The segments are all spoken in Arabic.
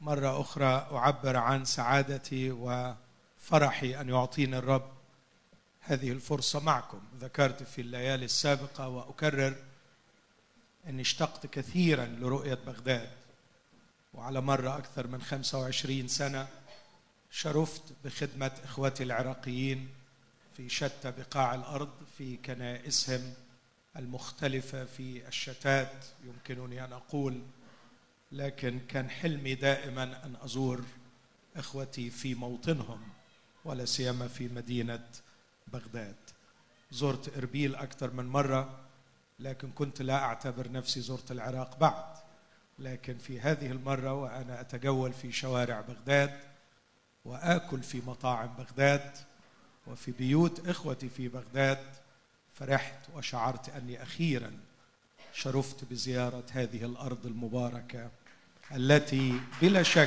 مرة أخرى أعبر عن سعادتي وفرحي أن يعطيني الرب هذه الفرصة معكم. ذكرت في الليالي السابقة وأكرر أني اشتقت كثيرا لرؤية بغداد، وعلى مرة أكثر من 25 سنة شرفت بخدمة إخوتي العراقيين في شتى بقاع الأرض في كنائسهم المختلفة في الشتات يمكنني أن أقول، لكن كان حلمي دائما أن أزور إخوتي في موطنهم ولا سيما في مدينة بغداد. زرت إربيل أكثر من مرة، لكن كنت لا أعتبر نفسي زرت العراق بعد، لكن في هذه المرة وأنا أتجول في شوارع بغداد وآكل في مطاعم بغداد وفي بيوت إخوتي في بغداد، فرحت وشعرت أني أخيرا شرفت بزيارة هذه الأرض المباركة التي بلا شك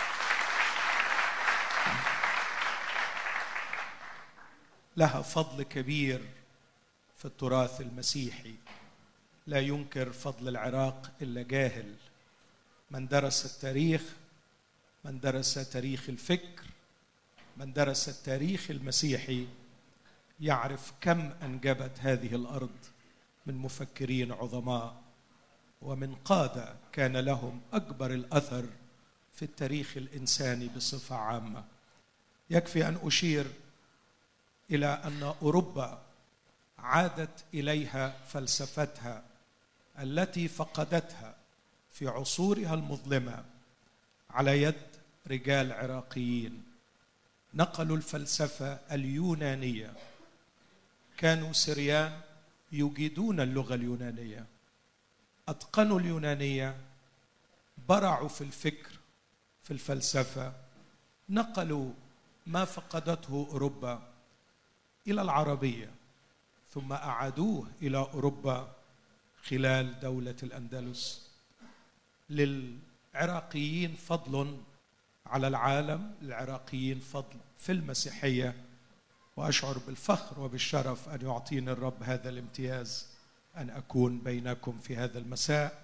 لها فضل كبير في التراث المسيحي. لا ينكر فضل العراق إلا جاهل. من درس التاريخ، من درس تاريخ الفكر، من درس التاريخ المسيحي يعرف كم أنجبت هذه الأرض من مفكرين عظماء ومن قادة كان لهم أكبر الأثر في التاريخ الإنساني بصفة عامة. يكفي أن أشير إلى أن أوروبا عادت إليها فلسفتها التي فقدتها في عصورها المظلمة على يد رجال عراقيين نقلوا الفلسفة اليونانية. كانوا سريان يجيدون اللغة اليونانية، أتقنوا اليونانية، برعوا في الفكر في الفلسفة، نقلوا ما فقدته أوروبا إلى العربية ثم أعادوه إلى أوروبا خلال دولة الأندلس. للعراقيين فضل على العالم، للعراقيين فضل في المسيحية، وأشعر بالفخر وبالشرف أن يعطيني الرب هذا الامتياز أن أكون بينكم في هذا المساء،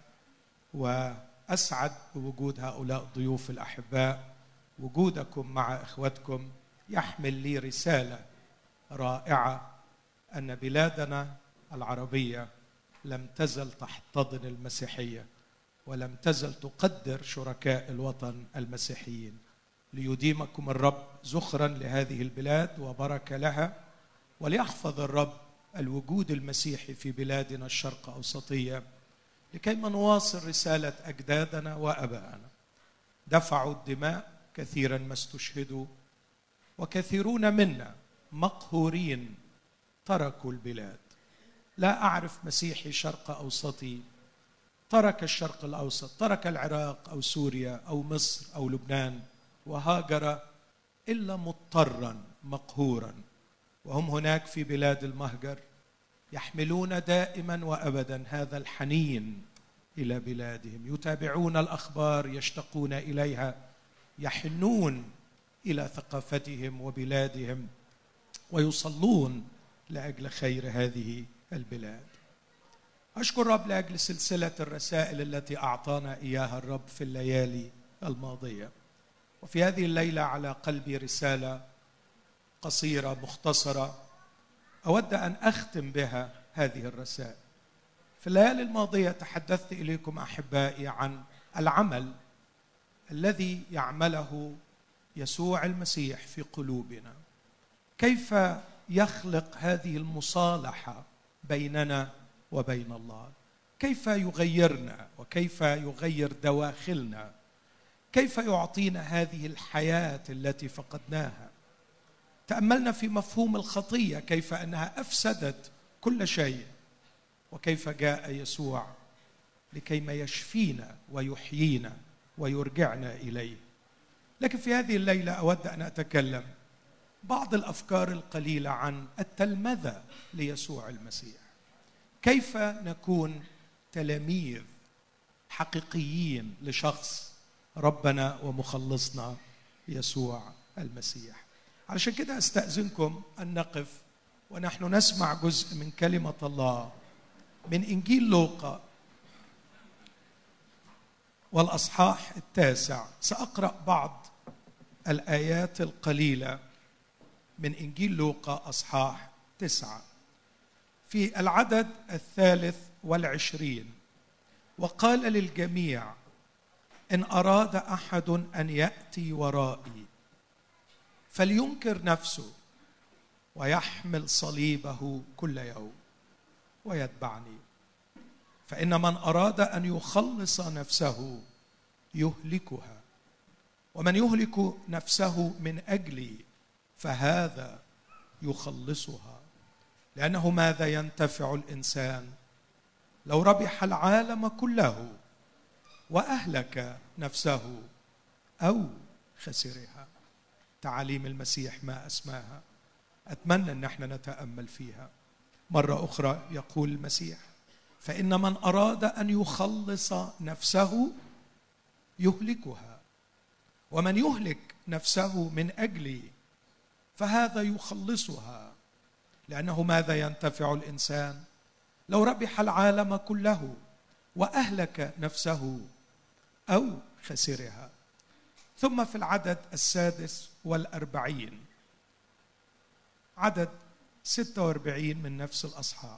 وأسعد بوجود هؤلاء الضيوف الأحباء. وجودكم مع إخوتكم يحمل لي رسالة رائعة أن بلادنا العربية لم تزل تحتضن المسيحية ولم تزل تقدر شركاء الوطن المسيحيين. ليديمكم الرب زخرا لهذه البلاد وبركة لها، وليحفظ الرب الوجود المسيحي في بلادنا الشرق أوسطية لكي ما نواصل رسالة أجدادنا وأبائنا. دفعوا الدماء، كثيرا ما استشهدوا، وكثيرون منا مقهورين تركوا البلاد. لا أعرف مسيحي شرق أوسطي ترك الشرق الأوسط، ترك العراق أو سوريا أو مصر أو لبنان وهاجر إلا مضطرا مقهورا، وهم هناك في بلاد المهجر يحملون دائما وأبدا هذا الحنين إلى بلادهم، يتابعون الأخبار، يشتقون إليها، يحنون إلى ثقافتهم وبلادهم، ويصلون لأجل خير هذه البلاد. أشكر الرب لأجل سلسلة الرسائل التي أعطانا إياها الرب في الليالي الماضية، وفي هذه الليلة على قلبي رسالة قصيرة مختصرة أود أن أختم بها هذه الرسائل. في الليالي الماضية تحدثت إليكم أحبائي عن العمل الذي يعمله يسوع المسيح في قلوبنا، كيف يخلق هذه المصالحة بيننا وبين الله، كيف يغيرنا وكيف يغير دواخلنا، كيف يعطينا هذه الحياة التي فقدناها. تأملنا في مفهوم الخطية، كيف أنها أفسدت كل شيء، وكيف جاء يسوع لكي ما يشفينا ويحيينا ويرجعنا إليه. لكن في هذه الليلة أود أن أتكلم بعض الأفكار القليلة عن التلمذة ليسوع المسيح، كيف نكون تلاميذ حقيقيين لشخص ربنا ومخلصنا يسوع المسيح. علشان كده أستأذنكم أن نقف ونحن نسمع جزء من كلمة الله من إنجيل لوقا والأصحاح 9. سأقرأ بعض الآيات القليلة من إنجيل لوقا أصحاح 9 في العدد 23. وقال للجميع: إن أراد أحد أن يأتي ورائي فلينكر نفسه ويحمل صليبه كل يوم ويتبعني. فإن من أراد أن يخلص نفسه يهلكها، ومن يهلك نفسه من أجلي فهذا يخلصها. لأنه ماذا ينتفع الإنسان لو ربح العالم كله وأهلك نفسه أو خسرها؟ تعاليم المسيح ما أسماها، أتمنى أن احنا نتأمل فيها. مرة أخرى يقول المسيح: فإن من أراد أن يخلص نفسه يهلكها، ومن يهلك نفسه من أجلي فهذا يخلصها. لأنه ماذا ينتفع الإنسان لو ربح العالم كله وأهلك نفسه أو خسرها؟ ثم في العدد 46 عدد 46 من نفس الأصحاح: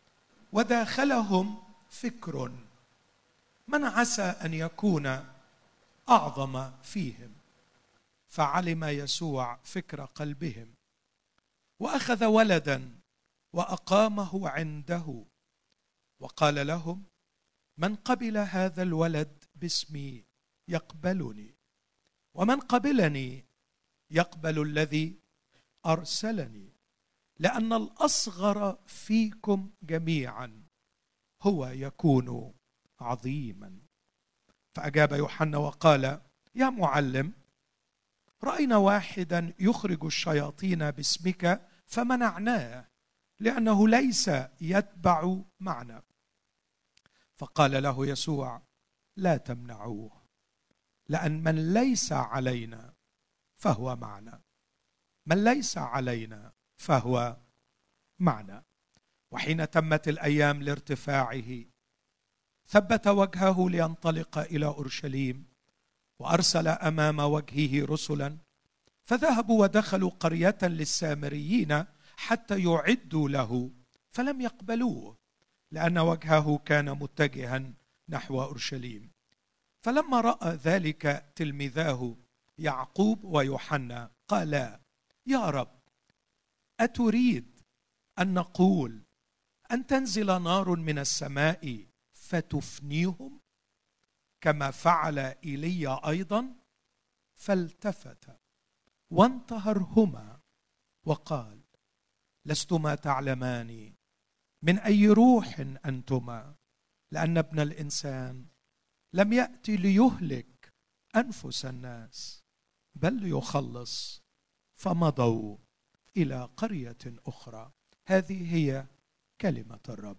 وداخلهم فكر من عسى أن يكون أعظم فيهم، فعلم يسوع فكر قلبهم، وأخذ ولدا وأقامه عنده، وقال لهم: من قبل هذا الولد باسمي يقبلني، ومن قبلني يقبل الذي أرسلني، لأن الأصغر فيكم جميعا هو يكون عظيما. فأجاب يوحنا وقال: يا معلم، رأينا واحدا يخرج الشياطين باسمك فمنعناه، لأنه ليس يتبع معنا. فقال له يسوع: لا تمنعوه، لأن من ليس علينا فهو معنا، من ليس علينا فهو معنا. وحين تمت الأيام لارتفاعه ثبت وجهه لينطلق إلى أورشليم، وأرسل أمام وجهه رسلا، فذهبوا ودخلوا قرية للسامريين حتى يعدوا له، فلم يقبلوه، لأن وجهه كان متجها نحو أورشليم. فلما رأى ذلك تلميذاه يعقوب ويوحنا قالا: يا رب، أتريد أن نقول أن تنزل نار من السماء فتفنيهم كما فعل إيليا أيضا؟ فالتفت وانتهرهما وقال: لستما تعلمان من أي روح أنتما، لأن ابن الإنسان لم يأتي ليهلك أنفس الناس بل ليخلص. فمضوا إلى قرية أخرى. هذه هي كلمة الرب.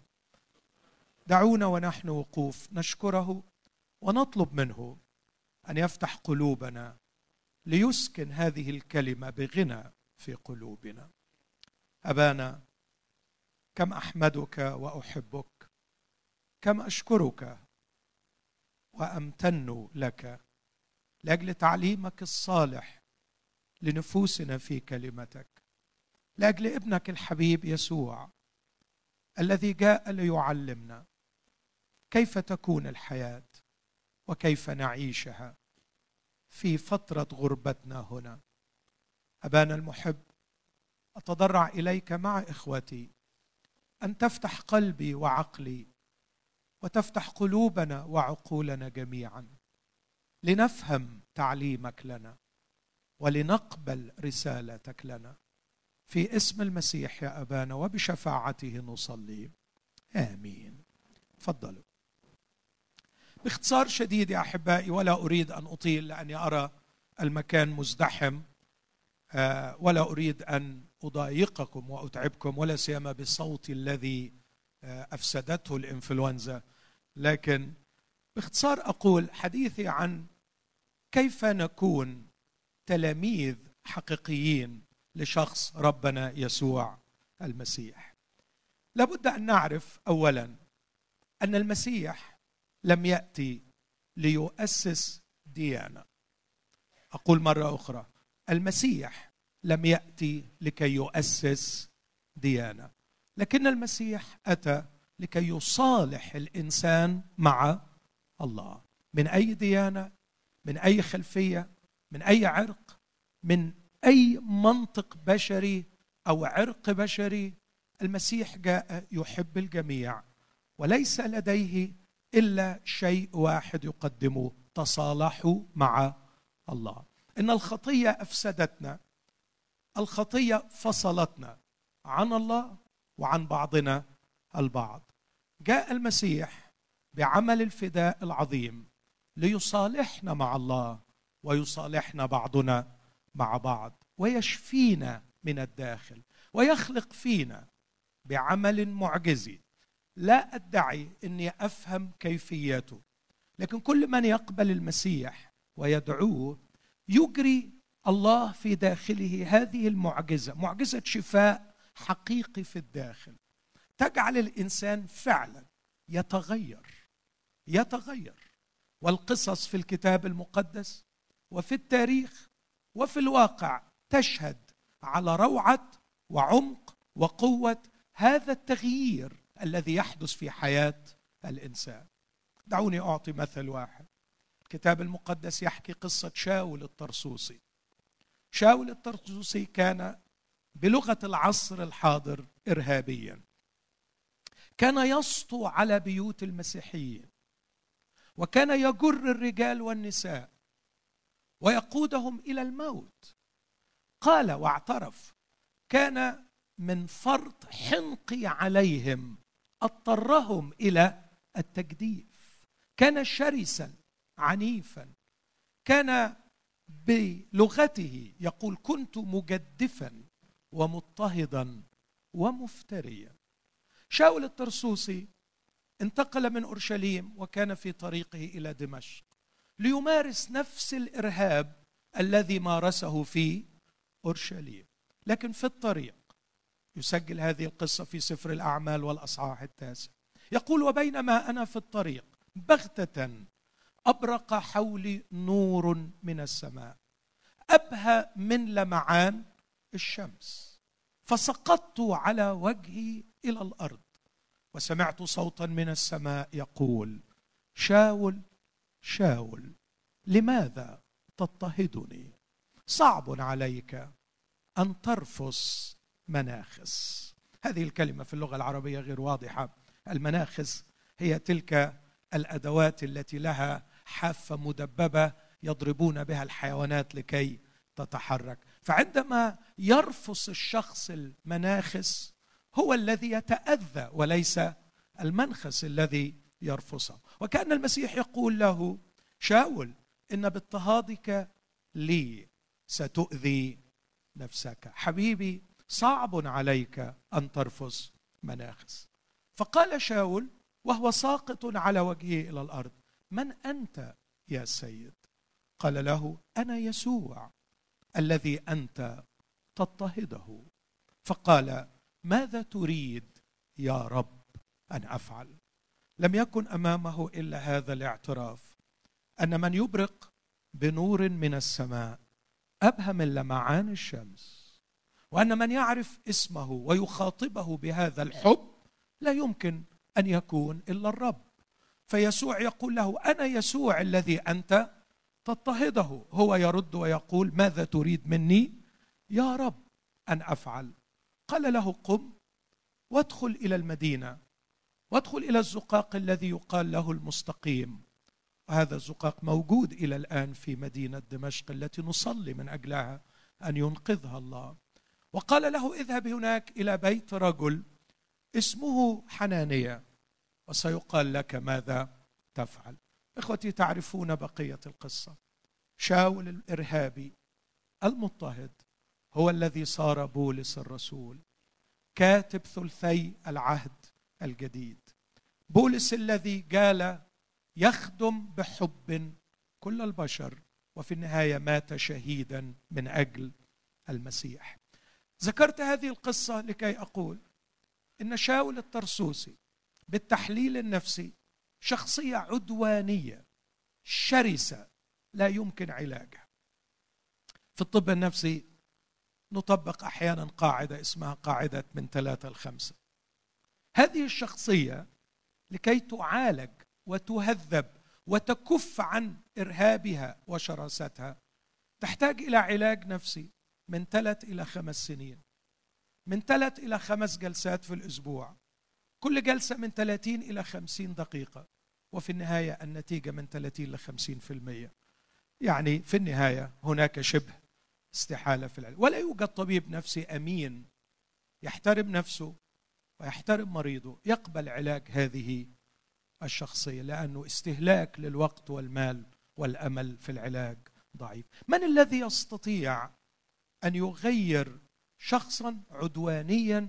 دعونا ونحن وقوف نشكره ونطلب منه أن يفتح قلوبنا ليسكن هذه الكلمة بغنى في قلوبنا. أبانا، كم أحمدك وأحبك، كم أشكرك وأمتن لك لأجل تعليمك الصالح لنفوسنا في كلمتك، لأجل ابنك الحبيب يسوع الذي جاء ليعلمنا كيف تكون الحياة وكيف نعيشها في فترة غربتنا هنا. أبانا المحب، أتضرع إليك مع إخوتي أن تفتح قلبي وعقلي وتفتح قلوبنا وعقولنا جميعا لنفهم تعليمك لنا ولنقبل رسالتك لنا، في اسم المسيح يا أبانا وبشفاعته نصلي، آمين. تفضلوا. باختصار شديد يا أحبائي، ولا أريد أن أطيل لأني أرى المكان مزدحم، ولا أريد أن أضايقكم وأتعبكم، ولا سيما بالصوت الذي أفسدته الإنفلونزا. لكن باختصار أقول حديثي عن كيف نكون تلاميذ حقيقيين لشخص ربنا يسوع المسيح. لابد أن نعرف أولا أن المسيح لم يأتي ليؤسس ديانة. أقول مرة أخرى، المسيح لم يأتي لكي يؤسس ديانة، لكن المسيح أتى لكي يصالح الإنسان مع الله، من أي ديانة، من أي خلفية، من أي عرق، من أي منطق بشري أو عرق بشري. المسيح جاء يحب الجميع، وليس لديه إلا شيء واحد يقدمه: تصالحوا مع الله. إن الخطية أفسدتنا، الخطية فصلتنا عن الله وعن بعضنا البعض. جاء المسيح بعمل الفداء العظيم ليصالحنا مع الله ويصالحنا بعضنا مع بعض، ويشفينا من الداخل، ويخلق فينا بعمل معجزي لا أدعي أني أفهم كيفيته، لكن كل من يقبل المسيح ويدعوه يجري الله في داخله هذه المعجزة، معجزة شفاء حقيقي في الداخل، تجعل الإنسان فعلا يتغير. والقصص في الكتاب المقدس وفي التاريخ وفي الواقع تشهد على روعة وعمق وقوة هذا التغيير الذي يحدث في حياة الإنسان. دعوني أعطي مثل واحد. الكتاب المقدس يحكي قصة شاول الطرسوسي. شاول الطرسوسي كان بلغة العصر الحاضر إرهابيا، كان يسطو على بيوت المسيحيين، وكان يجر الرجال والنساء ويقودهم إلى الموت. قال واعترف: كان من فرط حنقي عليهم اضطرهم إلى التجديف. كان شرسا عنيفا، كان بلغته يقول: كنت مجدفا ومضطهدا ومفتريا. شاول الطرسوسي انتقل من أورشليم وكان في طريقه إلى دمشق ليمارس نفس الإرهاب الذي مارسه في أورشليم، لكن في الطريق يسجل هذه القصة في سفر الأعمال والأصحاح 9. يقول: وبينما أنا في الطريق بغتة أبرق حولي نور من السماء أبهى من لمعان الشمس، فسقطت على وجهي إلى الأرض، وسمعت صوتا من السماء يقول: شاول شاول لماذا تضطهدني؟ صعب عليك أن ترفس مناخس. هذه الكلمة في اللغة العربية غير واضحة. المناخس هي تلك الأدوات التي لها حافة مدببة يضربون بها الحيوانات لكي تتحرك. فعندما يرفس الشخص المناخس هو الذي يتأذى وليس المنخس الذي يرفسه. وكأن المسيح يقول له: شاول، إن باضطهادك لي ستؤذي نفسك. حبيبي، صعب عليك أن ترفس مناخس. فقال شاول وهو ساقط على وجهه إلى الأرض: من أنت يا سيد؟ قال له: أنا يسوع الذي أنت تضطهده. فقال: ماذا تريد يا رب أن أفعل؟ لم يكن أمامه إلا هذا الاعتراف أن من يبرق بنور من السماء أبهى من لمعان الشمس، وأن من يعرف اسمه ويخاطبه بهذا الحب لا يمكن أن يكون إلا الرب. فيسوع يقول له: أنا يسوع الذي أنت تضطهده. هو يرد ويقول: ماذا تريد مني يا رب أن أفعل؟ قال له: قم وادخل إلى المدينة، وادخل إلى الزقاق الذي يقال له المستقيم. وهذا الزقاق موجود إلى الآن في مدينة دمشق التي نصلي من أجلها أن ينقذها الله. وقال له: اذهب هناك إلى بيت رجل اسمه حنانيا، وسيقال لك ماذا تفعل. إخوتي، تعرفون بقية القصة. شاول الإرهابي المضطهد هو الذي صار بولس الرسول، كاتب ثلثي العهد الجديد. بولس الذي جال يخدم بحب كل البشر، وفي النهاية مات شهيدا من أجل المسيح. ذكرت هذه القصة لكي أقول إن شاول الطرسوسي بالتحليل النفسي شخصية عدوانية شرسة لا يمكن علاجها. في الطب النفسي نطبق أحيانا قاعدة اسمها قاعدة من 3 ل5. هذه الشخصية لكي تعالج وتهذب وتكف عن إرهابها وشراستها تحتاج إلى علاج نفسي من 3 إلى 5 سنين، من 3 إلى 5 جلسات في الأسبوع، كل جلسة من 30 إلى 50 دقيقة، وفي النهاية النتيجة من 30 إلى 50%. يعني في النهاية هناك شبه استحالة في العلاج. ولا يوجد طبيب نفسي أمين يحترم نفسه ويحترم مريضه يقبل علاج هذه الشخصية، لأنه استهلاك للوقت والمال والأمل في العلاج ضعيف. من الذي يستطيع أن يغير شخصا عدوانيا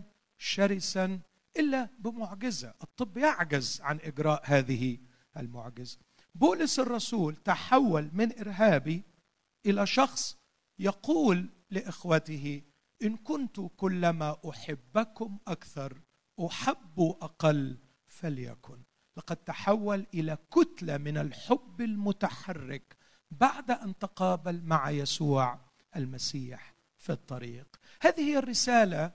شرسا إلا بمعجزة؟ الطب يعجز عن إجراء هذه المعجزة. بولس الرسول تحول من إرهابي إلى شخص يقول لإخوته: إن كنت كلما أحبكم أكثر أحب أقل فليكن. لقد تحول إلى كتلة من الحب المتحرك بعد أن تقابل مع يسوع المسيح في الطريق. هذه هي الرسالة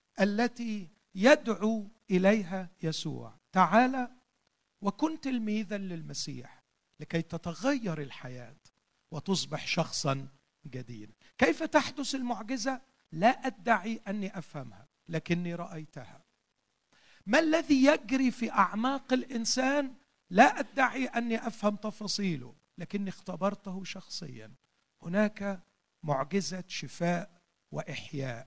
التي يدعو إليها يسوع: تعال وكن تلميذا للمسيح لكي تتغير الحياة وتصبح شخصا جديدا. كيف تحدث المعجزة؟ لا أدعي أني أفهمها، لكني رأيتها. ما الذي يجري في أعماق الإنسان؟ لا أدعي أني أفهم تفاصيله، لكني اختبرته شخصيا. هناك معجزة شفاء وإحياء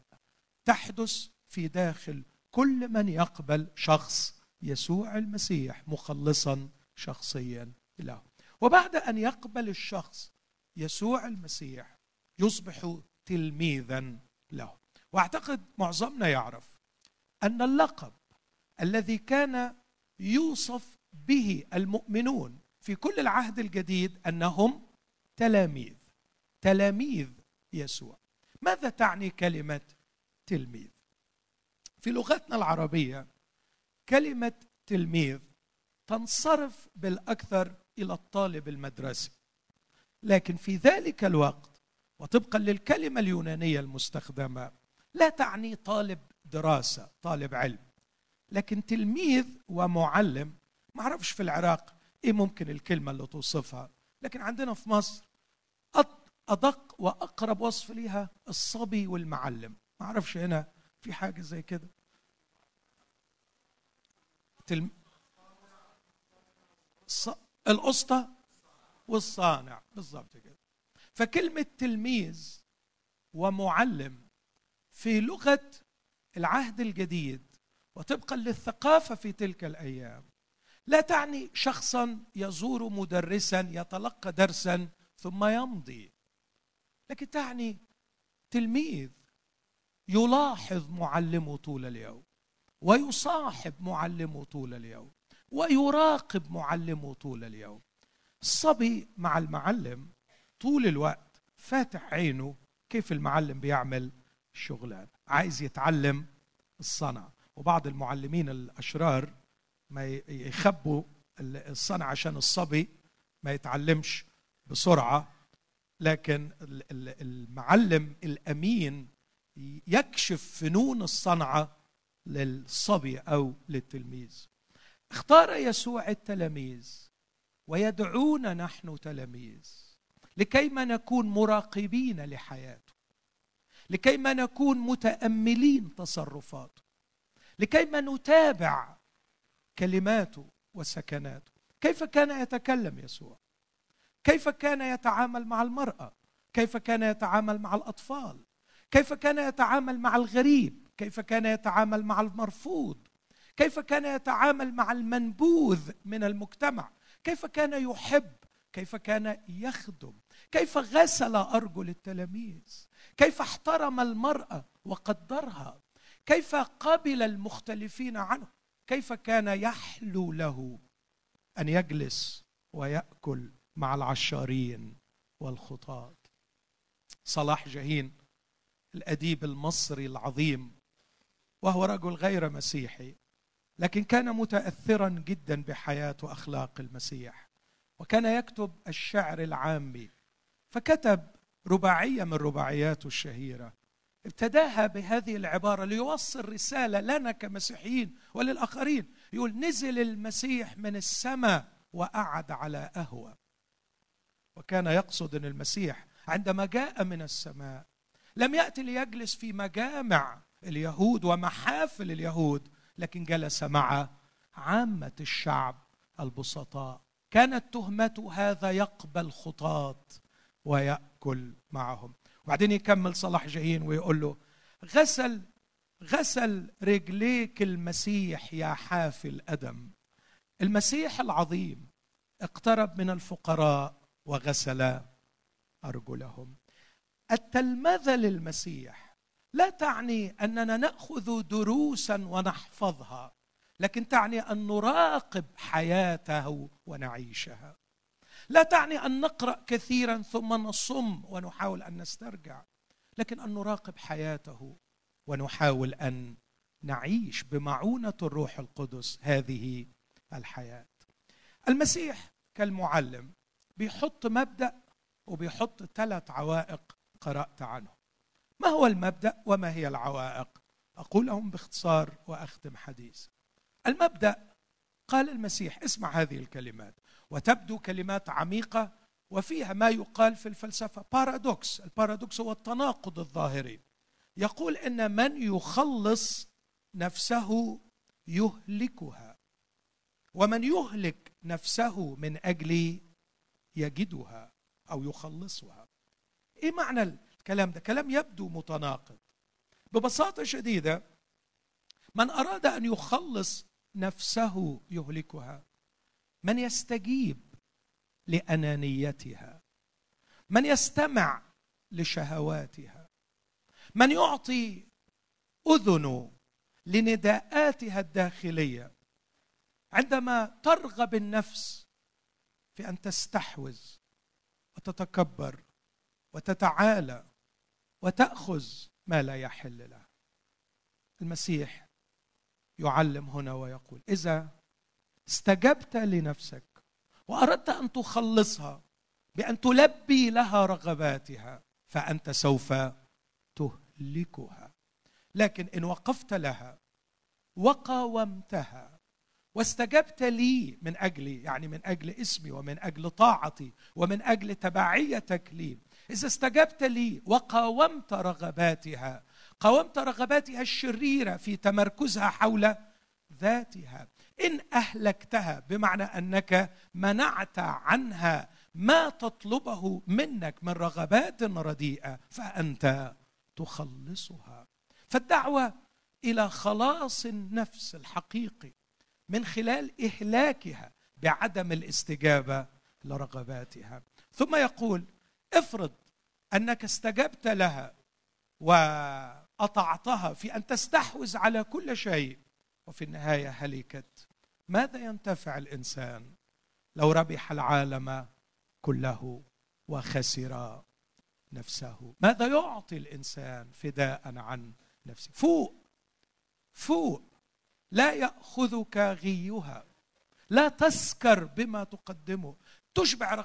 تحدث في داخل كل من يقبل شخص يسوع المسيح مخلصا شخصيا له. وبعد أن يقبل الشخص يسوع المسيح يصبح تلميذا له. وأعتقد معظمنا يعرف أن اللقب الذي كان يوصف به المؤمنون في كل العهد الجديد أنهم تلاميذ يسوع. ماذا تعني كلمة تلميذ؟ في لغتنا العربية كلمة تلميذ تنصرف بالأكثر إلى الطالب المدرسي، لكن في ذلك الوقت وطبقا للكلمة اليونانية المستخدمة لا تعني طالب دراسة، طالب علم، لكن تلميذ ومعلم. ما أعرفش في العراق إيه ممكن الكلمة اللي توصفها، لكن عندنا في مصر أدق وأقرب وصف ليها الصبي والمعلم. ما أعرفش هنا في حاجة زي كده. الأسطى والصانع، بالضبط كده. فكلمة تلميذ ومعلم في لغة العهد الجديد وطبقا للثقافة في تلك الأيام لا تعني شخصا يزور مدرسا يتلقى درسا ثم يمضي، لكن تعني تلميذ يلاحظ معلمه طول اليوم، ويصاحب معلمه طول اليوم، ويراقب معلمه طول اليوم. الصبي مع المعلم طول الوقت فاتح عينه كيف المعلم بيعمل الشغلان، عايز يتعلم الصنعة. وبعض المعلمين الأشرار ما يخبوا الصنعة عشان الصبي ما يتعلمش بسرعة، لكن المعلم الأمين يكشف فنون الصنعة للصبي أو للتلميذ. اختار يسوع التلاميذ ويدعونا نحن تلاميذ لكيما نكون مراقبين لحياته، لكيما نكون متأملين تصرفاته، لكيما نتابع كلماته وسكناته. كيف كان يتكلم يسوع؟ كيف كان يتعامل مع المرأة؟ كيف كان يتعامل مع الأطفال؟ كيف كان يتعامل مع الغريب؟ كيف كان يتعامل مع المرفوض؟ كيف كان يتعامل مع المنبوذ من المجتمع؟ كيف كان يحب؟ كيف كان يخدم؟ كيف غسل أرجل التلاميذ؟ كيف احترم المرأة وقدرها؟ كيف قبل المختلفين عنه؟ كيف كان يحلو له أن يجلس ويأكل مع العشارين والخطاة؟ صلاح جاهين الأديب المصري العظيم، وهو رجل غير مسيحي، لكن كان متأثرا جدا بحياة وأخلاق المسيح، وكان يكتب الشعر العامي، فكتب رباعية من رباعياته الشهيرة ابتداها بهذه العبارة ليوصل رسالة لنا كمسيحيين وللآخرين. يقول: نزل المسيح من السماء وقعد على قهوة. وكان يقصد أن المسيح عندما جاء من السماء لم يأتي ليجلس في مجامع اليهود ومحافل اليهود، لكن جلس مع عامة الشعب البسطاء. كانت تهمته: هذا يقبل خطاة ويأكل معهم. وبعدين يكمل صلاح جاهين ويقول له: غسل رجليك المسيح يا حافل أدم. المسيح العظيم اقترب من الفقراء وغسل أرجلهم. التلمذة للمسيح لا تعني أننا نأخذ دروسا ونحفظها، لكن تعني أن نراقب حياته ونعيشها. لا تعني أن نقرأ كثيرا ثم نصم ونحاول أن نسترجع، لكن أن نراقب حياته ونحاول أن نعيش بمعونة الروح القدس هذه الحياة. المسيح كالمعلم بيحط مبدأ وبيحط 3 عوائق قرأت عنه. ما هو المبدأ وما هي العوائق؟ أقولهم باختصار وأختم حديث. المبدأ، قال المسيح، اسمع هذه الكلمات وتبدو كلمات عميقة وفيها ما يقال في الفلسفة بارادوكس. البارادوكس هو التناقض الظاهري. يقول إن من يخلص نفسه يهلكها، ومن يهلك نفسه من أجل يجدها أو يخلصها. إيه معنى الكلام ده؟ كلام يبدو متناقض. ببساطة شديدة، من أراد أن يخلص نفسه يهلكها، من يستجيب لأنانيتها، من يستمع لشهواتها، من يعطي أذنه لنداءاتها الداخلية. عندما ترغب النفس في أن تستحوذ وتتكبر وتتعالى وتأخذ ما لا يحل له، المسيح يعلم هنا ويقول: إذا استجبت لنفسك وأردت أن تخلصها بأن تلبي لها رغباتها، فأنت سوف تهلكها. لكن إن وقفت لها وقاومتها واستجبت لي من أجلي، يعني من أجل اسمي ومن أجل طاعتي ومن أجل تبعيتك لي، إذا استجبت لي وقاومت رغباتها، قاومت رغباتها الشريرة في تمركزها حول ذاتها، إن أهلكتها بمعنى أنك منعت عنها ما تطلبه منك من رغبات رديئة، فأنت تخلصها. فالدعوة إلى خلاص النفس الحقيقي من خلال إهلاكها بعدم الاستجابة لرغباتها. ثم يقول: افرض أنك استجبت لها وأطعتها في أن تستحوذ على كل شيء وفي النهاية هلكت، ماذا ينتفع الإنسان لو ربح العالم كله وخسر نفسه؟ ماذا يعطي الإنسان فداء عن نفسه؟ فوق لا يأخذك غيها، لا تسكر بما تقدمه، تشبع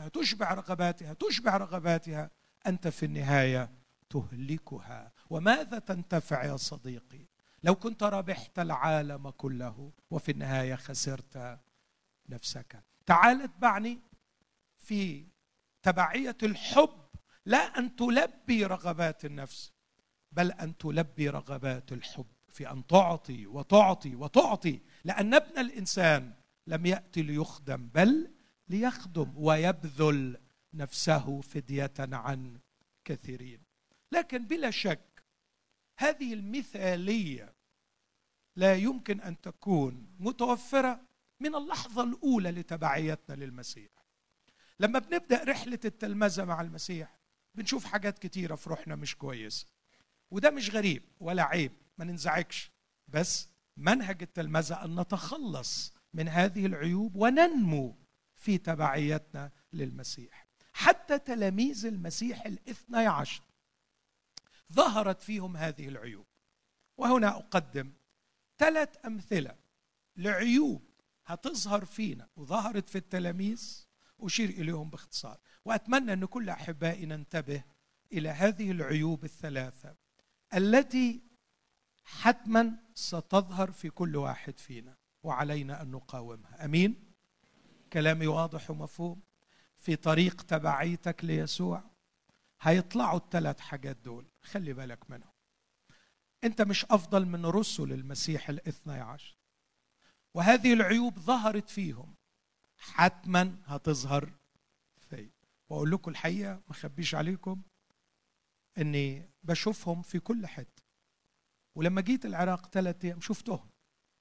رغباتها، أنت في النهاية تهلكها. وماذا تنتفع يا صديقي لو كنت ربحت العالم كله وفي النهاية خسرت نفسك؟ تعال اتبعني في تبعية الحب، لا أن تلبي رغبات النفس، بل أن تلبي رغبات الحب في أن تعطي وتعطي وتعطي، لأن ابن الإنسان لم يأتي ليخدم بل ليخدم ويبذل نفسه فدية عن كثيرين. لكن بلا شك هذه المثالية لا يمكن أن تكون متوفرة من اللحظة الأولى لتبعيتنا للمسيح. لما بنبدأ رحلة التلمذة مع المسيح بنشوف حاجات كتيرة في روحنا مش كويسة، وده مش غريب ولا عيب، ما ننزعجش، بس منهج التلمذة أن نتخلص من هذه العيوب وننمو في تبعيتنا للمسيح. حتى تلاميذ المسيح 12 ظهرت فيهم هذه العيوب، وهنا أقدم 3 أمثلة لعيوب هتظهر فينا وظهرت في التلاميذ أشير إليهم باختصار، وأتمنى أن كل أحبائي ننتبه إلى هذه العيوب الثلاثة التي حتما ستظهر في كل واحد فينا وعلينا أن نقاومها. أمين؟ كلامي واضح ومفهوم؟ في طريق تبعيتك ليسوع هيطلعوا الثلاث حاجات دول، خلي بالك منهم. أنت مش أفضل من رسل المسيح 12، وهذه العيوب ظهرت فيهم، حتما هتظهر في. وأقول لكم الحقيقة، ما أخبيش عليكم، أني بشوفهم في كل حتة. ولما جيت العراق 3 أيام شفتهم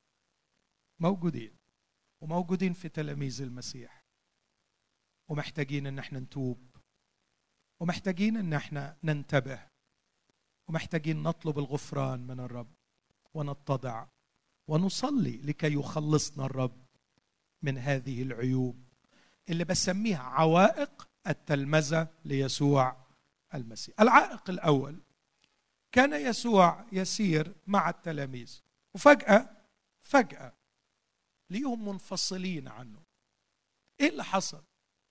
موجودين في تلاميذ المسيح، ومحتاجين أن احنا نتوب، ومحتاجين أن احنا ننتبه، ومحتاجين نطلب الغفران من الرب ونتضع ونصلي لكي يخلصنا الرب من هذه العيوب اللي بسميها عوائق التلمذة ليسوع المسيح. العائق الأول، كان يسوع يسير مع التلاميذ وفجأة ليهم منفصلين عنه. إيه اللي حصل؟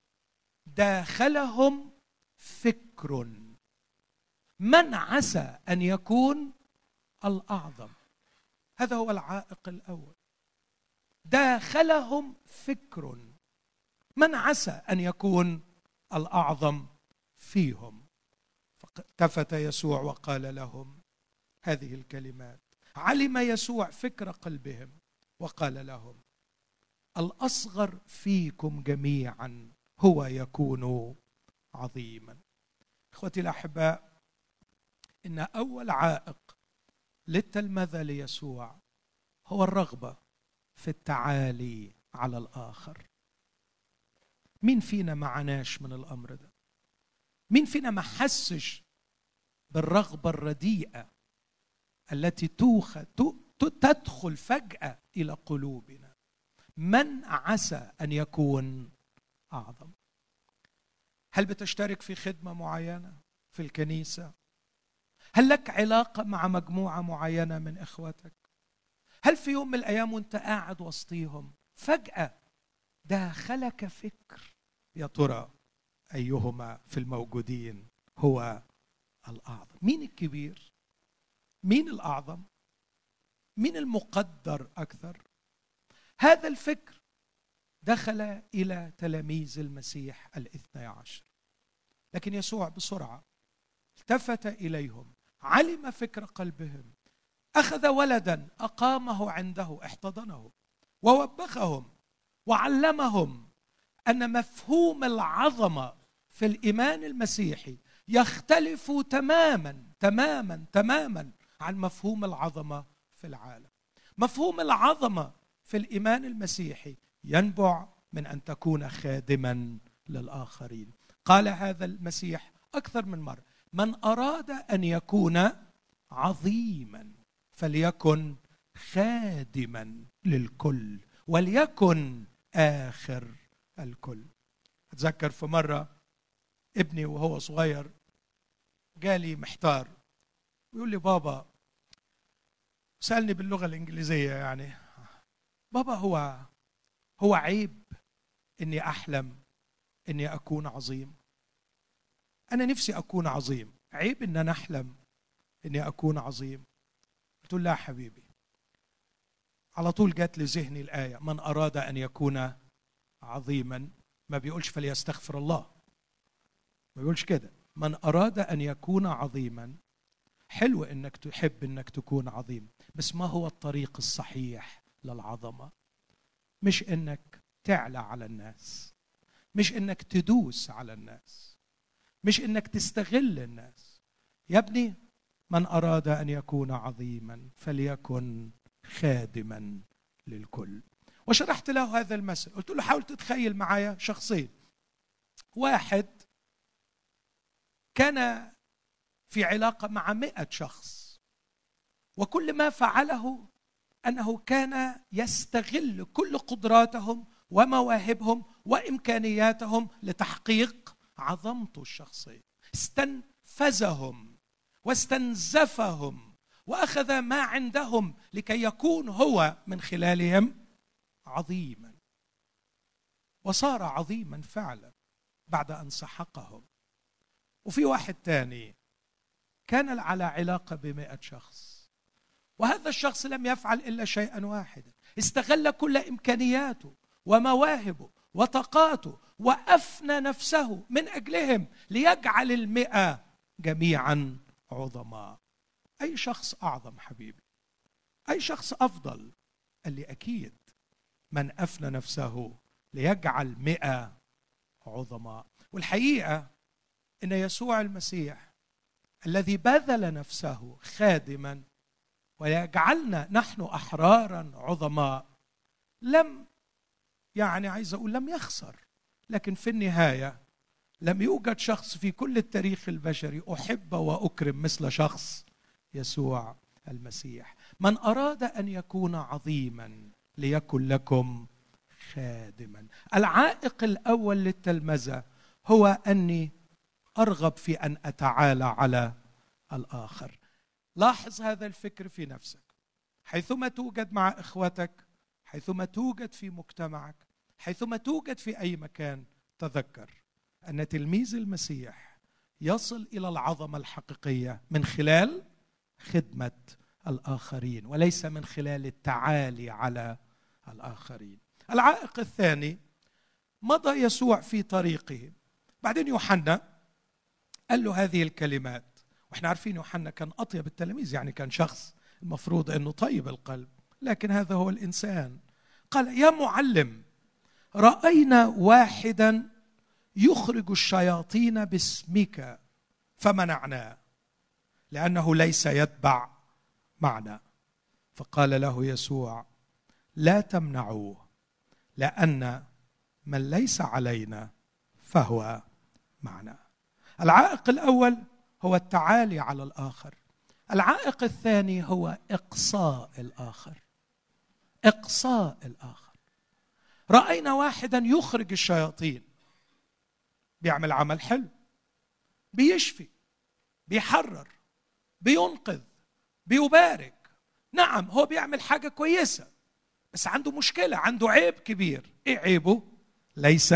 داخلهم فكر من عسى أن يكون الأعظم. هذا هو العائق الأول. داخلهم فكر من عسى أن يكون الأعظم فيهم. فالتفت يسوع وقال لهم هذه الكلمات. علم يسوع فكر قلبهم وقال لهم: الأصغر فيكم جميعا هو يكون عظيما. إخوتي الأحباء، إن أول عائق للتلمذة ليسوع هو الرغبة في التعالي على الآخر. مين فينا ما عاناش من الأمر ده؟ مين فينا ما حسش بالرغبة الرديئة التي تدخل فجأة إلى قلوبنا؟ من عسى أن يكون أعظم. هل بتشترك في خدمة معينة في الكنيسة؟ هل لك علاقة مع مجموعة معينة من إخوتك؟ هل في يوم من الأيام وانت قاعد وسطيهم فجأة داخلك فكر يا ترى أيهما في الموجودين هو الأعظم؟ مين الكبير؟ مين الأعظم؟ مين المقدر أكثر؟ هذا الفكر دخل إلى تلاميذ المسيح 12، لكن يسوع بسرعة التفت إليهم، علم فكر قلبهم، أخذ ولدا أقامه عنده، احتضنه ووبخهم وعلمهم أن مفهوم العظمة في الإيمان المسيحي يختلف تماما عن مفهوم العظمة في العالم. مفهوم العظمة في الإيمان المسيحي ينبع من أن تكون خادما للآخرين. قال هذا المسيح أكثر من مرة: من أراد أن يكون عظيما فليكن خادما للكل وليكن آخر الكل. أتذكر في مرة ابني وهو صغير جالي محتار ويقول لي: بابا، سألني باللغة الإنجليزية يعني، بابا هو عيب إني أحلم إني أكون عظيم؟ أنا نفسي أكون عظيم، عيب إن أنا أحلم إني أكون عظيم؟ قلت له: لا حبيبي. على طول جات لي ذهني الآية: من أراد أن يكون عظيما، ما بيقولش فليستغفر الله، ما بيقولش كده. من أراد أن يكون عظيما، حلو إنك تحب إنك تكون عظيم، بس ما هو الطريق الصحيح للعظمة؟ مش إنك تعلى على الناس، مش إنك تدوس على الناس، مش إنك تستغل الناس. يا ابني، من أراد أن يكون عظيما فليكن خادما للكل. وشرحت له هذا المثل، قلت له: حاول تتخيل معايا شخصين. واحد كان في علاقة مع 100 شخص، وكل ما فعله أنه كان يستغل كل قدراتهم ومواهبهم وإمكانياتهم لتحقيق عظمته الشخصية. استنفذهم واستنزفهم وأخذ ما عندهم لكي يكون هو من خلالهم عظيما. وصار عظيما فعلا بعد أن سحقهم. وفي واحد تاني كان على علاقة ب100 شخص، وهذا الشخص لم يفعل إلا شيئا واحدا، استغل كل إمكانياته ومواهبه وطاقاته وأفنى نفسه من أجلهم ليجعل 100 جميعا عظماء. أي شخص أعظم حبيبي؟ أي شخص أفضل؟ قال لي أكيد من أفنى نفسه ليجعل 100 عظماء. والحقيقة إن يسوع المسيح الذي بذل نفسه خادما ويجعلنا نحن أحرارا عظماء لم يخسر. لكن في النهاية لم يوجد شخص في كل التاريخ البشري أحب وأكرم مثل شخص يسوع المسيح. من أراد أن يكون عظيما ليكن لكم خادما. العائق الأول للتلمذة هو أني أرغب في أن أتعالى على الآخر. لاحظ هذا الفكر في نفسك، حيثما توجد مع إخوتك، حيثما توجد في مجتمعك، حيثما توجد في أي مكان، تذكر أن تلميذ المسيح يصل إلى العظمة الحقيقية من خلال خدمة الآخرين وليس من خلال التعالي على الآخرين. العائق الثاني، مضى يسوع في طريقه، بعدين يوحنا قال له هذه الكلمات، واحنا عارفين يوحنا كان أطيب التلاميذ، يعني كان شخص المفروض أنه طيب القلب، لكن هذا هو الإنسان. قال يا معلم، رأينا واحدا يخرج الشياطين باسمك فمنعناه لأنه ليس يتبع معنا. فقال له يسوع لا تمنعوه، لأن من ليس علينا فهو معنا. العائق الأول هو التعالي على الآخر. العائق الثاني هو إقصاء الآخر. إقصاء الآخر. رأينا واحدا يخرج الشياطين، بيعمل عمل حلو، بيشفي، بيحرر، بينقذ، بيبارك. نعم هو بيعمل حاجة كويسة، بس عنده مشكلة، عنده عيب كبير. ايه عيبه؟ ليس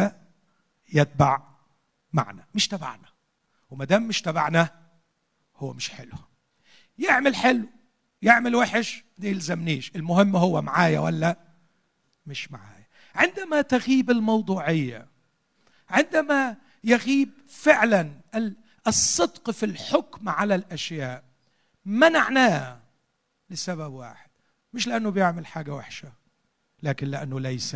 يتبع معنا، مش تبعنا. ومدام مش تبعنا هو مش حلو. يعمل حلو يعمل وحش دي يلزمنيش، المهم هو معايا ولا مش معايا. عندما تغيب الموضوعية، عندما يغيب فعلا الصدق في الحكم على الأشياء، منعناه لسبب واحد، مش لأنه بيعمل حاجة وحشة، لكن لأنه ليس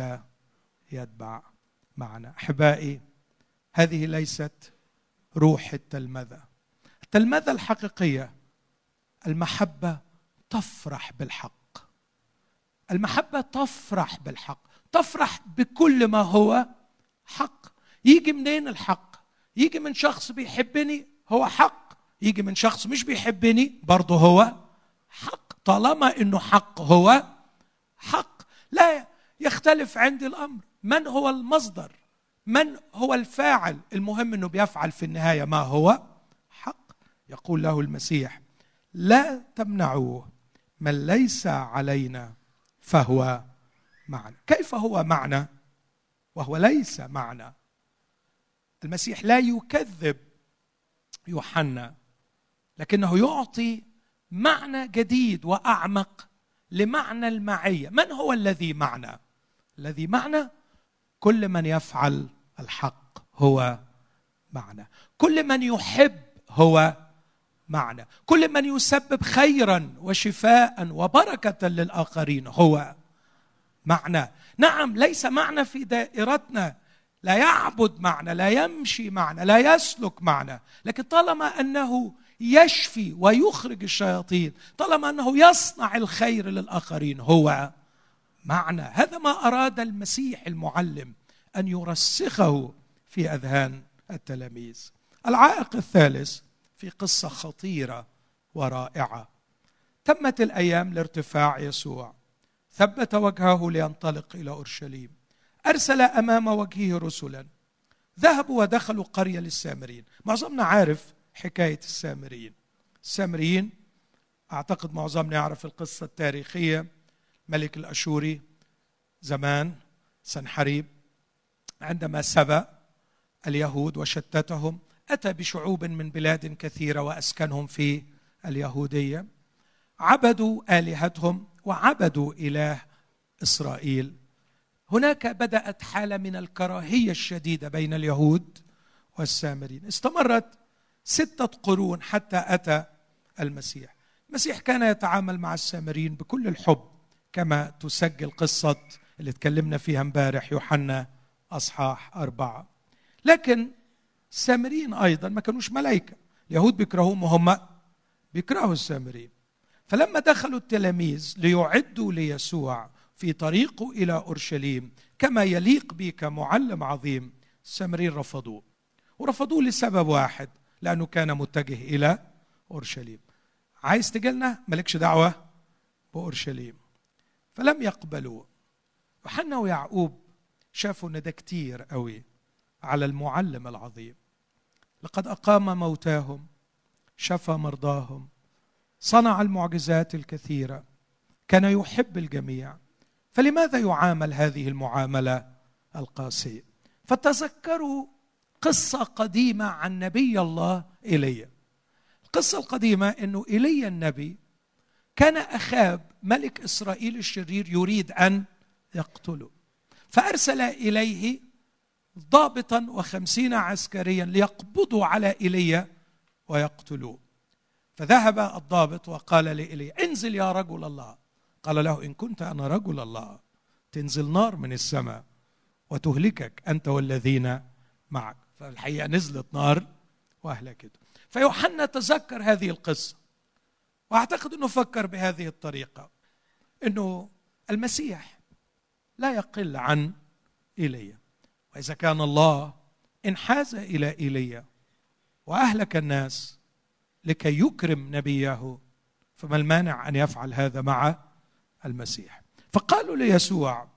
يتبع معنا. أحبائي، هذه ليست روح التلمذة. التلمذة الحقيقية المحبة تفرح بالحق. المحبة تفرح بالحق، تفرح بكل ما هو حق. يجي منين الحق؟ يجي من شخص بيحبني هو حق، يجي من شخص مش بيحبني برضه هو حق، طالما انه حق هو حق. لا يختلف عندي الامر من هو المصدر، من هو الفاعل، المهم انه بيفعل في النهاية ما هو حق. يقول له المسيح لا تمنعوه، من ليس علينا فهو معنا. كيف هو معنا وهو ليس معنا؟ المسيح لا يكذب يوحنا، لكنه يعطي معنى جديد وأعمق لمعنى المعية. من هو الذي معنا؟ الذي معنا كل من يفعل الحق هو معنا، كل من يحب هو معنا، كل من يسبب خيرا وشفاء وبركة للآخرين هو معنا. نعم ليس معنا في دائرتنا، لا يعبد معنا، لا يمشي معنا، لا يسلك معنا، لكن طالما أنه يشفي ويخرج الشياطين، طالما أنه يصنع الخير للآخرين هو معنا. هذا ما أراد المسيح المعلم أن يرسخه في أذهان التلاميذ. العائق الثالث في قصة خطيرة ورائعة. تمت الأيام لارتفاع يسوع، ثبت وجهه لينطلق إلى أورشليم، أرسل أمام وجهه رسلا، ذهبوا ودخلوا قرية للسامريين. معظمنا عارف حكاية السامريين. أعتقد معظمنا يعرف القصة التاريخية. ملك الأشوري زمان سنحريب عندما سبى اليهود وشتتهم أتى بشعوب من بلاد كثيرة وأسكنهم في اليهودية، عبدوا آلهتهم وعبدوا إله إسرائيل. هناك بدأت حالة من الكراهية الشديدة بين اليهود والسامريين، استمرت 6 قرون حتى أتى المسيح. المسيح كان يتعامل مع السامريين بكل الحب، كما تسجل قصة اللي تكلمنا فيها امبارح يوحنا أصحاح 4. لكن السامريين أيضا ما كانوش ملائكة، اليهود بيكرهوهم وهم بيكرهوا السامريين. فلما دخلوا التلاميذ ليعدوا ليسوع في طريقه إلى أورشليم كما يليق به كمعلم عظيم، السامريين رفضوه، ورفضوه لسبب واحد، لأنه كان متجه إلى أورشليم. عايز تجيلنا مالكش دعوة بأورشليم. فلم يقبلوه. يوحنا ويعقوب شافوا ان ده كتير قوي على المعلم العظيم. لقد أقام موتاهم، شفى مرضاهم، صنع المعجزات الكثيرة، كان يحب الجميع، فلماذا يعامل هذه المعاملة القاسية؟ فتذكروا قصة قديمة عن نبي الله إيليا. القصة القديمة أنه إيليا النبي كان أخاب ملك إسرائيل الشرير يريد أن يقتله، فأرسل إليه ضابطا و50 عسكريا ليقبضوا على إيليا ويقتلوه. فذهب الضابط وقال لإيليا: انزل يا رجل الله. قال له: إن كنت أنا رجل الله تنزل نار من السماء وتهلكك أنت والذين معك. فالحقيقة نزلت نار وأهلكته. فيوحنا تذكر هذه القصة، وأعتقد أنه فكر بهذه الطريقة، أنه المسيح لا يقل عن إيليا، وإذا كان الله انحاز إلى إيليا وأهلك الناس لكي يكرم نبيه، فما المانع أن يفعل هذا مع المسيح؟ فقالوا ليسوع: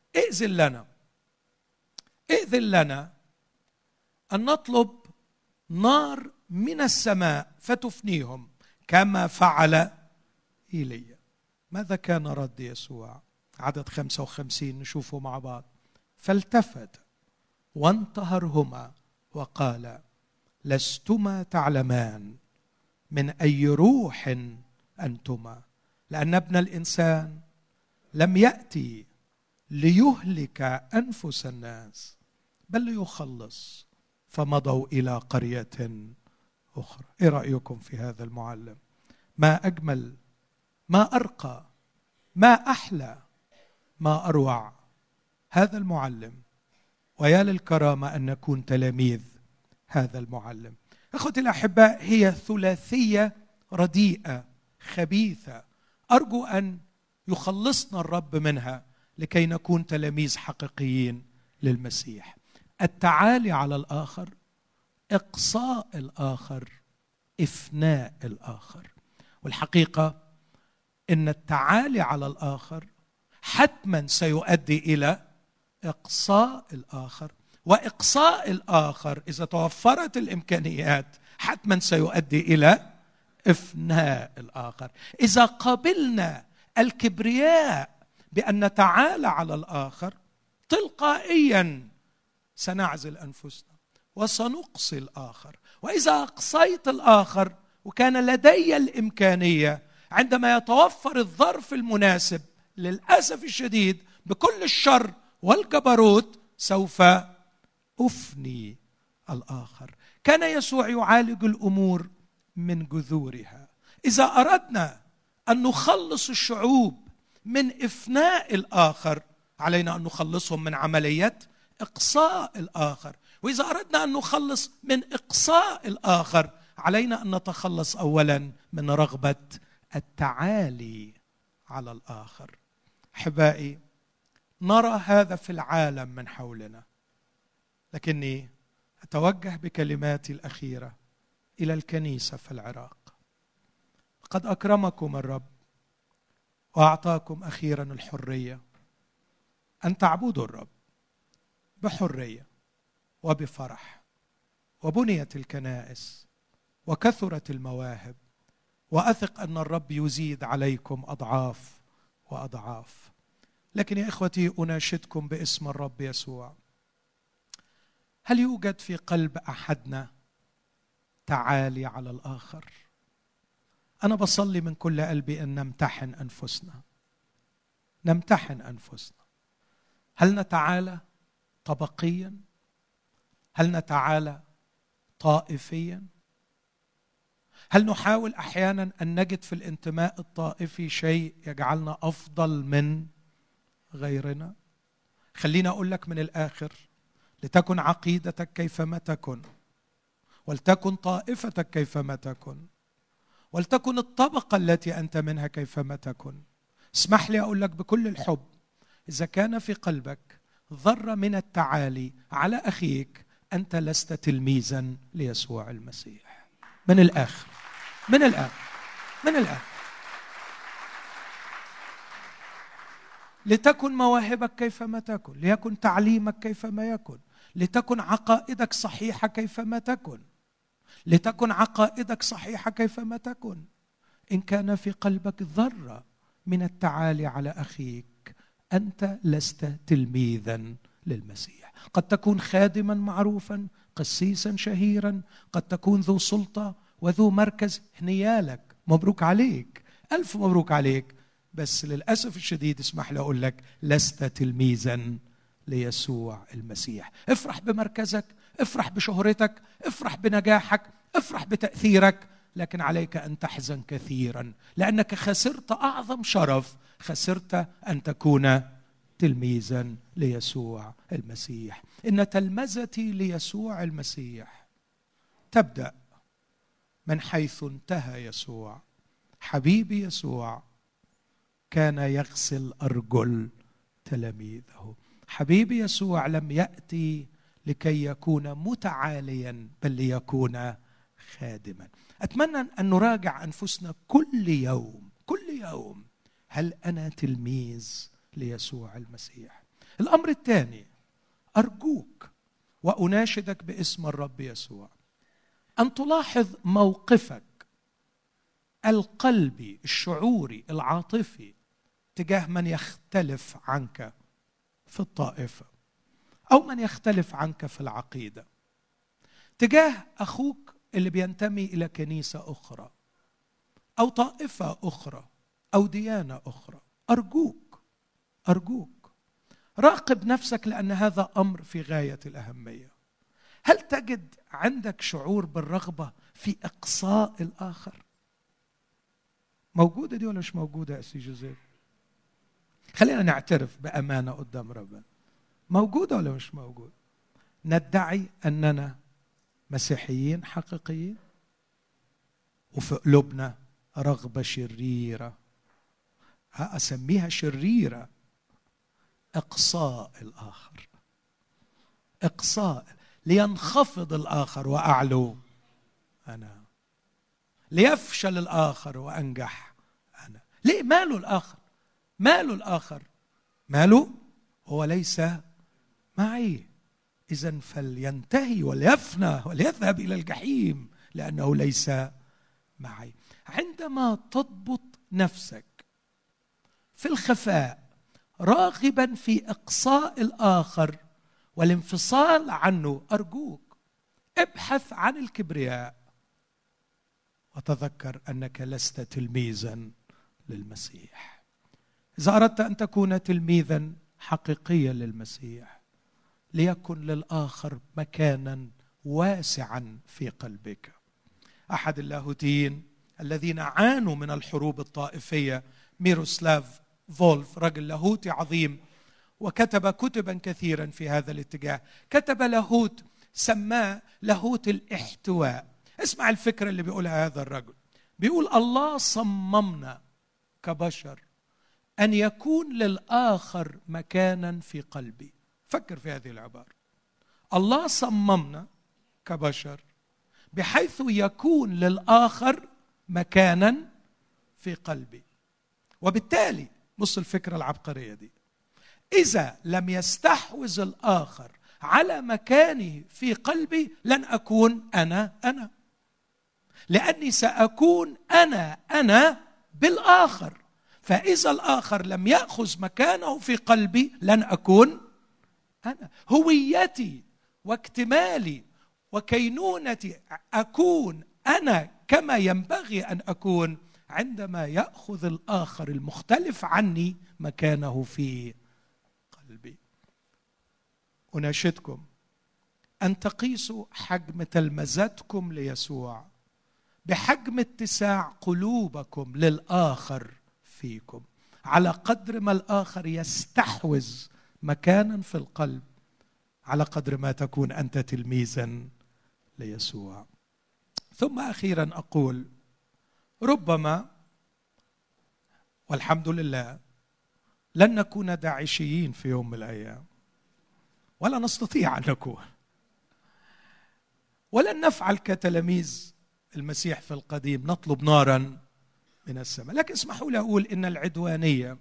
ائذن لنا أن نطلب نار من السماء فتفنيهم كما فعل إيليا. ماذا كان رد يسوع؟ عدد 55 نشوفه مع بعض. فالتفت وانتهرهما وقال: لستما تعلمان من أي روح أنتما، لأن ابن الإنسان لم يأتي ليهلك أنفس الناس بل ليخلص. فمضوا إلى قرية أخرى. إيه رأيكم في هذا المعلم؟ ما أجمل، ما أرقى، ما أحلى، ما أروع هذا المعلم، ويا للكرامة أن نكون تلاميذ هذا المعلم. أخوتي الأحباء، هي ثلاثية رديئة خبيثة، أرجو أن يخلصنا الرب منها لكي نكون تلاميذ حقيقيين للمسيح. التعالي على الآخر، إقصاء الآخر، إفناء الآخر. والحقيقة إن التعالي على الآخر حتما سيؤدي إلى إقصاء الآخر، وإقصاء الآخر إذا توفرت الإمكانيات حتما سيؤدي إلى إفناء الآخر. إذا قبلنا الكبرياء بأن نتعالى على الآخر، تلقائيا سنعزل أنفسنا وسنقصي الآخر. وإذا أقصيت الآخر وكان لدي الإمكانية، عندما يتوفر الظرف المناسب، للأسف الشديد بكل الشر والجبروت سوف أفني الآخر. كان يسوع يعالج الأمور من جذورها. إذا أردنا أن نخلص الشعوب من إفناء الآخر، علينا أن نخلصهم من عملية إقصاء الآخر. وإذا أردنا أن نخلص من إقصاء الآخر، علينا أن نتخلص أولا من رغبة التعالي على الآخر. أحبائي، نرى هذا في العالم من حولنا، لكني أتوجه بكلماتي الأخيرة إلى الكنيسة في العراق. قد أكرمكم الرب وأعطاكم أخيرا الحرية أن تعبدوا الرب بحرية وبفرح، وبنيت الكنائس وكثرت المواهب، وأثق أن الرب يزيد عليكم أضعاف وأضعاف. لكن يا إخوتي، أناشدكم باسم الرب يسوع، هل يوجد في قلب أحدنا تعالي على الآخر؟ أنا بصلي من كل قلبي أن نمتحن أنفسنا. هل نتعالى طبقيا؟ هل نتعالى طائفيا؟ هل نحاول أحيانا أن نجد في الانتماء الطائفي شيء يجعلنا أفضل من غيرنا؟ خليني أقول لك من الآخر: لتكن عقيدتك كيفما تكن، ولتكن طائفتك كيفما تكن، ولتكن الطبقة التي أنت منها كيفما تكن، اسمح لي أقول لك بكل الحب: إذا كان في قلبك ذرة من التعالي على أخيك، أنت لست تلميذا ليسوع المسيح. من الآخر. لتكن مواهبك كيفما تكن، ليكن تعليمك كيفما يكن، لتكن عقائدك صحيحة كيفما تكن، إن كان في قلبك ذرة من التعالي على أخيك، أنت لست تلميذا للمسيح. قد تكون خادما معروفا، قسيسا شهيرا، قد تكون ذو سلطة وذو مركز، هنيالك، مبروك عليك، ألف مبروك عليك، بس للأسف الشديد اسمح لي أقول لك: لست تلميذا ليسوع المسيح. افرح بمركزك، افرح بشهرتك، افرح بنجاحك، افرح بتأثيرك، لكن عليك أن تحزن كثيرا، لأنك خسرت أعظم شرف، خسرت أن تكون تلميذا ليسوع المسيح. إن تلمذتي ليسوع المسيح تبدأ من حيث انتهى يسوع. حبيبي يسوع كان يغسل أرجل تلاميذه. حبيبي يسوع لم يأتي لكي يكون متعاليا، بل ليكون خادما. أتمنى أن نراجع أنفسنا كل يوم، هل أنا تلميذ ليسوع المسيح؟ الأمر الثاني، أرجوك وأناشدك باسم الرب يسوع أن تلاحظ موقفك القلبي، الشعوري، العاطفي تجاه من يختلف عنك في الطائفة، أو من يختلف عنك في العقيدة، تجاه أخوك اللي بينتمي إلى كنيسة أخرى أو طائفة أخرى أو ديانة أخرى. أرجوك راقب نفسك، لأن هذا أمر في غاية الأهمية. هل تجد عندك شعور بالرغبة في إقصاء الآخر؟ موجودة دي ولا مش موجودة يا أسي جوزيف؟ خلينا نعترف بأمانة قدام ربنا، موجودة ولا مش موجودة؟ ندعي أننا مسيحيين حقيقيين، وفي قلوبنا رغبة شريرة، أسميها شريرة، إقصاء الآخر، لينخفض الآخر وأعلو أنا، ليفشل الآخر وأنجح أنا. ليه؟ ماله الآخر؟ هو ليس معي، إذن فلينتهي وليفنى وليذهب إلى الجحيم، لأنه ليس معي. عندما تضبط نفسك في الخفاء راغبا في إقصاء الآخر والانفصال عنه، أرجوك ابحث عن الكبرياء وتذكر أنك لست تلميذا للمسيح. إذا أردت أن تكون تلميذا حقيقيا للمسيح، ليكن للآخر مكانا واسعا في قلبك. أحد اللاهوتيين الذين عانوا من الحروب الطائفية، ميروسلاف فولف، رجل لاهوتي عظيم، وكتب كتبا كثيرا في هذا الاتجاه. كتب لاهوت سماه لاهوت الاحتواء. اسمع الفكرة اللي بيقولها هذا الرجل. بيقول: الله صممنا كبشر أن يكون للآخر مكانا في قلبي. فكر في هذه العبارة. الله صممنا كبشر بحيث يكون للآخر مكانا في قلبي، وبالتالي بص الفكرة العبقرية دي، إذا لم يستحوذ الآخر على مكانه في قلبي لن أكون أنا، لأني سأكون أنا بالآخر. فإذا الآخر لم يأخذ مكانه في قلبي لن أكون أنا. هويتي واكتمالي وكينونتي، أكون أنا كما ينبغي أن أكون عندما يأخذ الآخر المختلف عني مكانه في قلبي. أناشدكم أن تقيسوا حجم تلمذتكم ليسوع بحجم اتساع قلوبكم للآخر فيكم. على قدر ما الآخر يستحوذ مكانا في القلب، على قدر ما تكون أنت تلميذا ليسوع. ثم أخيرا أقول، ربما والحمد لله لن نكون داعشيين في يوم من الأيام، ولا نستطيع أن نكون، ولن نفعل كتلاميذ المسيح في القديم نطلب نارا من السماء. لكن اسمحوا لي أقول إن العدوانية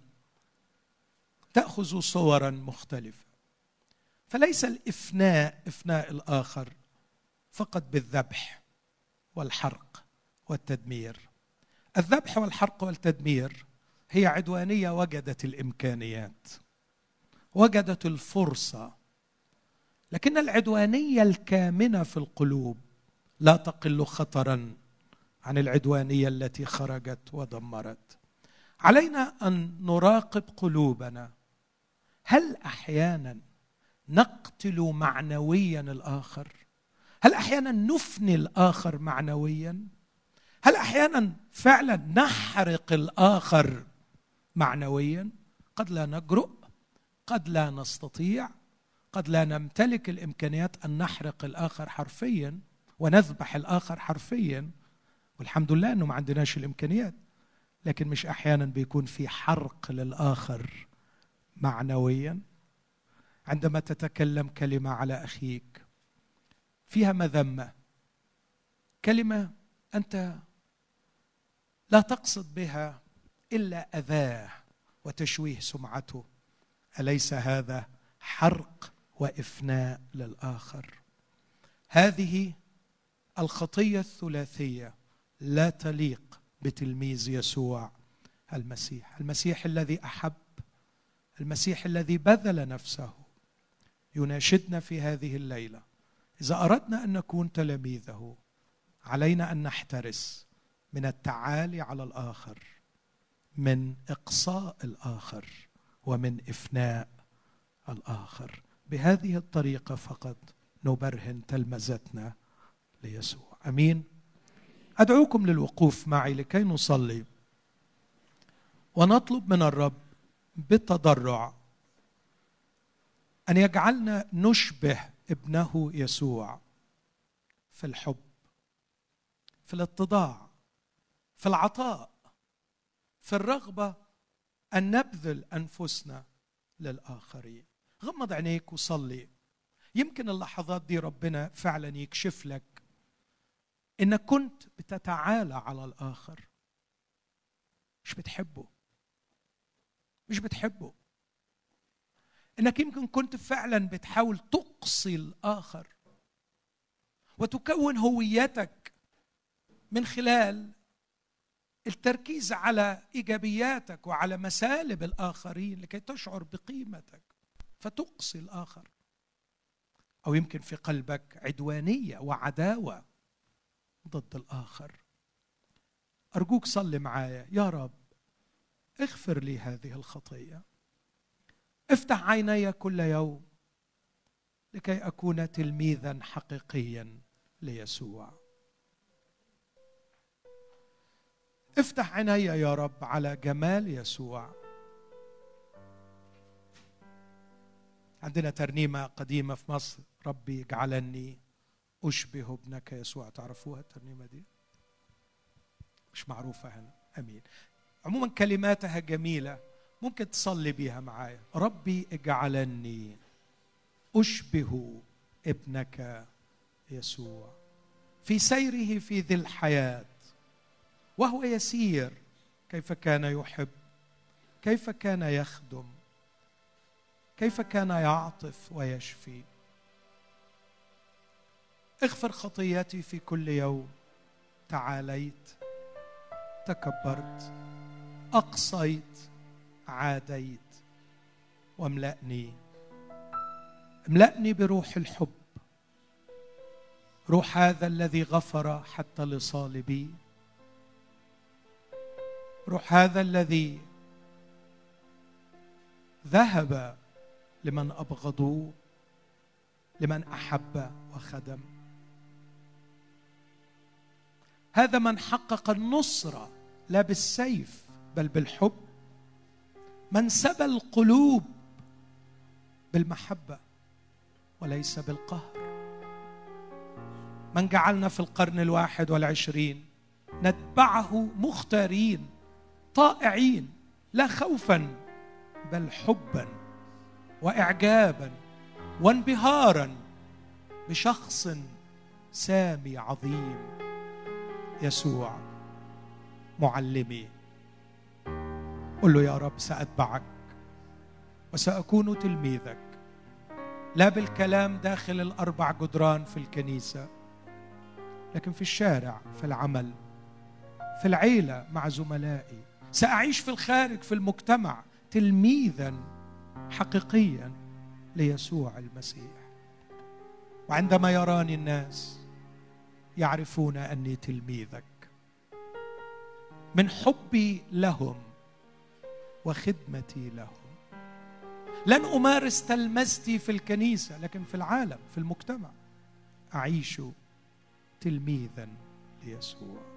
تأخذ صورا مختلفة. فليس الإفناء إفناء الآخر فقط بالذبح والحرق والتدمير. الذبح والحرق والتدمير هي عدوانية وجدت الإمكانيات، وجدت الفرصة، لكن العدوانية الكامنة في القلوب لا تقل خطراً عن العدوانية التي خرجت ودمرت. علينا أن نراقب قلوبنا. هل أحياناً نقتل معنوياً الآخر؟ هل أحياناً نفني الآخر معنوياً؟ هل أحياناً فعلاً نحرق الآخر معنوياً؟ قد لا نجرؤ، قد لا نستطيع، قد لا نمتلك الإمكانيات أن نحرق الآخر حرفياً ونذبح الآخر حرفياً، والحمد لله أنه ما عندناش الإمكانيات. لكن مش أحياناً بيكون في حرق للآخر معنوياً؟ عندما تتكلم كلمة على أخيك فيها مذمة، كلمة أنت لا تقصد بها إلا أذاه وتشويه سمعته، أليس هذا حرق وإفناء للآخر؟ هذه الخطية الثلاثية لا تليق بتلميذ يسوع المسيح. المسيح الذي أحب، المسيح الذي بذل نفسه، يناشدنا في هذه الليلة: إذا أردنا أن نكون تلاميذه علينا أن نحترس من التعالي على الآخر، من إقصاء الآخر، ومن إفناء الآخر. بهذه الطريقة فقط نبرهن تلمذتنا ليسوع. أمين. أدعوكم للوقوف معي لكي نصلي ونطلب من الرب بالتضرع أن يجعلنا نشبه ابنه يسوع في الحب، في الاتضاع، في العطاء، في الرغبة أن نبذل أنفسنا للآخرين. غمض عينيك وصلي. يمكن اللحظات دي ربنا فعلا يكشف لك إنك كنت بتتعالى على الآخر، مش بتحبه، إنك يمكن كنت فعلا بتحاول تقصي الآخر وتكون هويتك من خلال التركيز على إيجابياتك وعلى مسالب الآخرين لكي تشعر بقيمتك فتقصي الآخر. أو يمكن في قلبك عدوانية وعداوة ضد الآخر. أرجوك صلي معايا: يا رب اغفر لي هذه الخطية، افتح عيني كل يوم لكي أكون تلميذا حقيقيا ليسوع. افتح عيني يا رب على جمال يسوع. عندنا ترنيمة قديمة في مصر: ربي اجعلني أشبه ابنك يسوع. تعرفوها الترنيمة دي؟ مش معروفة هنا. أمين. عموما كلماتها جميلة، ممكن تصلي بيها معايا: ربي اجعلني أشبه ابنك يسوع في سيره في ذي الحياة وهو يسير، كيف كان يحب، كيف كان يخدم، كيف كان يعطف ويشفي. اغفر خطياتي في كل يوم. تعاليت، تكبرت، أقصيت، عاديت، واملأني بروح الحب روح هذا الذي غفر حتى لصالبي، روح هذا الذي ذهب لمن أبغضوه، لمن أحب وخدم. هذا من حقق النصرة لا بالسيف بل بالحب، من سبى القلوب بالمحبة وليس بالقهر، من جعلنا في القرن 21 نتبعه مختارين طائعين، لا خوفا بل حبا وإعجابا وانبهارا بشخص سامي عظيم، يسوع معلمي. قل له يا رب سأتبعك وسأكون تلميذك، لا بالكلام داخل ال4 جدران في الكنيسة، لكن في الشارع، في العمل، في العيلة، مع زملائي. سأعيش في الخارج، في المجتمع، تلميذا حقيقيا ليسوع المسيح. وعندما يراني الناس يعرفون أني تلميذك، من حبي لهم وخدمتي لهم. لن أمارس تلمذتي في الكنيسة، لكن في العالم، في المجتمع، أعيش تلميذا ليسوع.